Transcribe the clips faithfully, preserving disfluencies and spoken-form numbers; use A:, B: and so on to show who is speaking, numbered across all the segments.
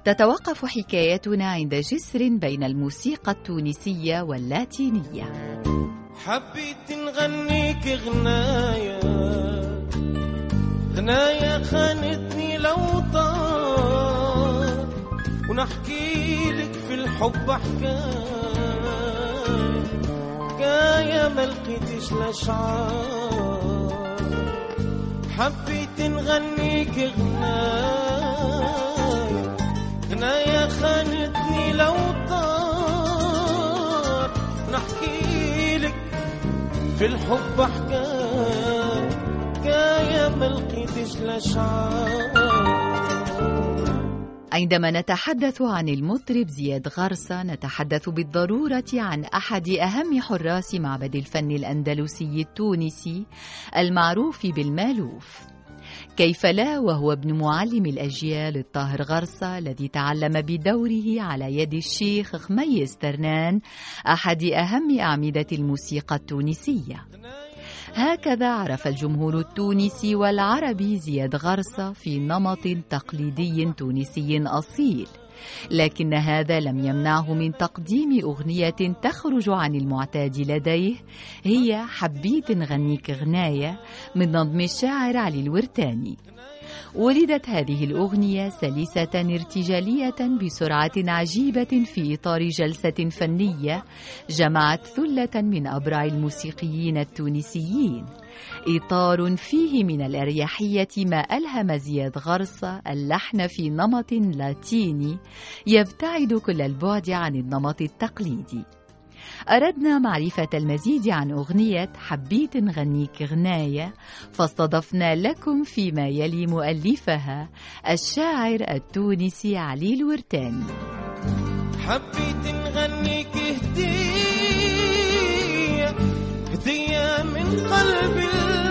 A: تتوقف حكايتنا عند جسر بين الموسيقى التونسية واللاتينية.
B: حبيت نغنيك غناية غناية خانتني الأوطان، ونحكي لك في الحب حكاية حكاية ما لقيتش الأشعار. حبيت نغنيك غناية غناية خانتني الأوطان، نحكي لك في الحب حكاية حكاية ما لقيتش الأشعار.
A: عندما نتحدث عن المطرب زياد غرصة نتحدث بالضرورة عن أحد أهم حراس معبد الفن الأندلسي التونسي المعروف بالمالوف. كيف لا وهو ابن معلم الأجيال الطاهر غرصة الذي تعلم بدوره على يد الشيخ خميس ترنان أحد أهم أعمدة الموسيقى التونسية. هكذا عرف الجمهور التونسي والعربي زياد غرصة في نمط تقليدي تونسي أصيل، لكن هذا لم يمنعه من تقديم أغنية تخرج عن المعتاد لديه، هي حبيت نغنيك غناية من نظم الشاعر علي الورتاني. ولدت هذه الأغنية سلسة ارتجالية بسرعة عجيبة في إطار جلسة فنية جمعت ثلة من أبرع الموسيقيين التونسيين، إطار فيه من الأريحية ما ألهم زياد غرصة اللحن في نمط لاتيني يبتعد كل البعد عن النمط التقليدي. أردنا معرفة المزيد عن أغنية حبيت نغنيك غناية، فاستضفنا لكم فيما يلي مؤلفها الشاعر التونسي علي الورتاني.
B: حبيت نغنيك هدية هدية من قلبي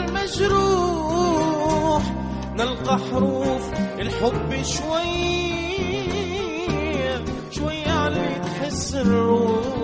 B: المجروح، نلقى حروف الحب شوية شوية علي تحس الروح.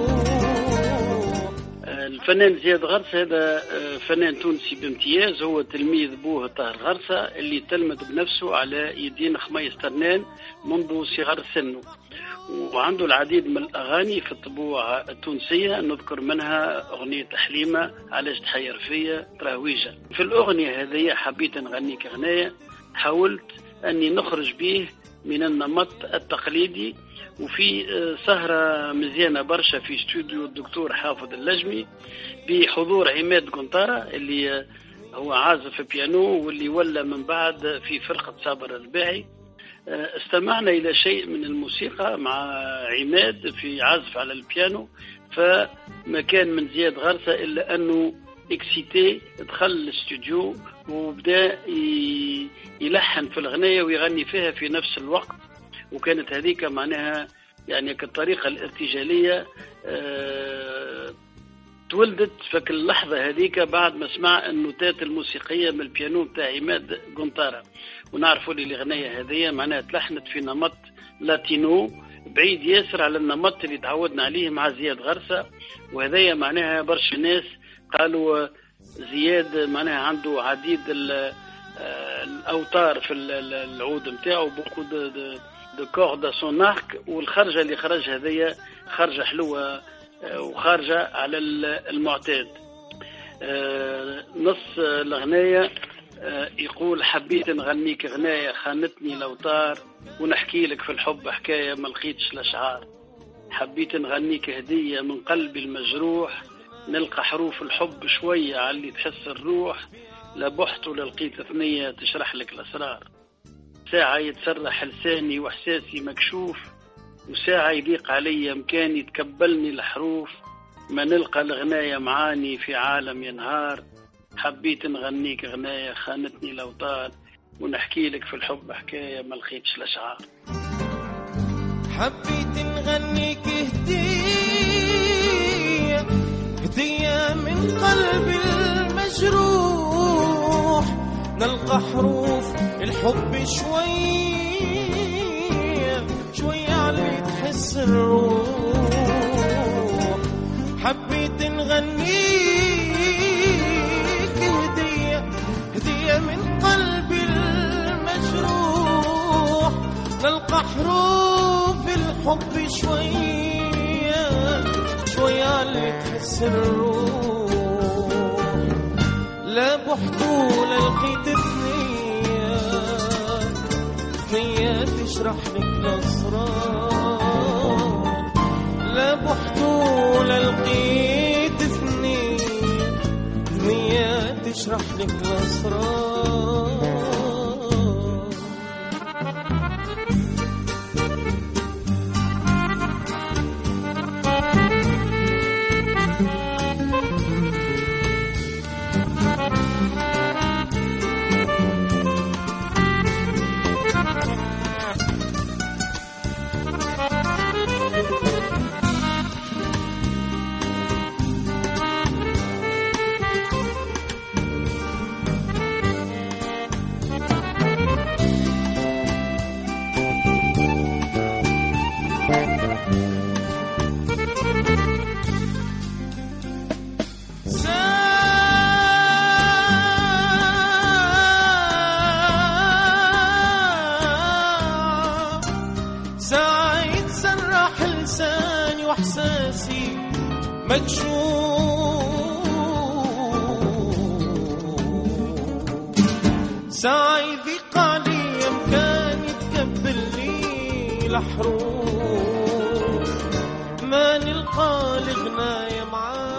C: الفنان زياد غرصة هذا فنان تونسي بامتياز، هو تلميذ بوه طاهر غرصة اللي تلمذ بنفسه على يدين خميس ترنان منذ صغر سنه، وعنده العديد من الأغاني في الطبوع التونسية، نذكر منها أغنية حليمة، علاش تحير فيا، تراويجة. في الأغنية هذه حبيت نغنيك غناية حاولت أني نخرج به من النمط التقليدي، وفي سهرة مزيانة برشا في استوديو الدكتور حافظ اللجمي بحضور عماد قنطارة اللي هو عازف بيانو واللي ولا من بعد في فرقة صابر الرباعي. استمعنا إلى شيء من الموسيقى مع عماد في عزف على البيانو، فما كان من زياد غرصة إلا أنه اكسيتي دخل الاستوديو وبدأ يلحن في الغناية ويغني فيها في نفس الوقت. وكانت هذيك معناها يعني كالطريقة الارتجالية أه تولدت فك اللحظة هذيك بعد ما سمع النوتات الموسيقية من البيانو بتاع عماد قنطارة. ونعرفوا لي الغناية هذه معناها تلحنت في نمط لاتينو بعيد ياسر على النمط اللي تعودنا عليه مع زياد غرصة، وهذايا معناها برشا ناس قالوا زياد معناها عنده عديد الأوتار في العود متاعه، بوكو دو كورد سون ارك، والخرجة اللي خرج هذيا خرجة حلوة وخارجة على المعتاد. نص الغناية يقول حبيت نغنيك غناية خانتني الأوتار، ونحكي لك في الحب حكاية ما لقيتش الأشعار. حبيت نغنيك هدية من قلبي المجروح، نلقى حروف الحب شوية علي تحس الروح، لبحت وللقيت ثنية تشرح لك الأسرار. ساعة يتسرح لساني وإحساسي مكشوف، وساعة يضيق علي مكاني تكبلني الحروف، ما نلقى الغناية معاني في عالم ينهار. حبيت نغنيك غناية خانتني الأوتار، ونحكي لك في الحب حكاية ما لقيتش الأشعار.
B: حبيت نغنيك هدية هدية من قلبي المجروح، نلقى حروف الحب شوية شوية علي تحس الروح. حبيت نغنيك هدية هدية من قلبي المجروح، نلقى حروف حبي شوية شوية علي تحس الروح، لا بحطولة لقيت ثنية ثنية تشرح لك الأسرار، لا بحطولة لقيت ثنية ثنية تشرح لك الأسرار. إحساسي مكشوف، ساعة يضيق علي أمكان يتقبل لي الحروف، ما نلقى لغناية معاه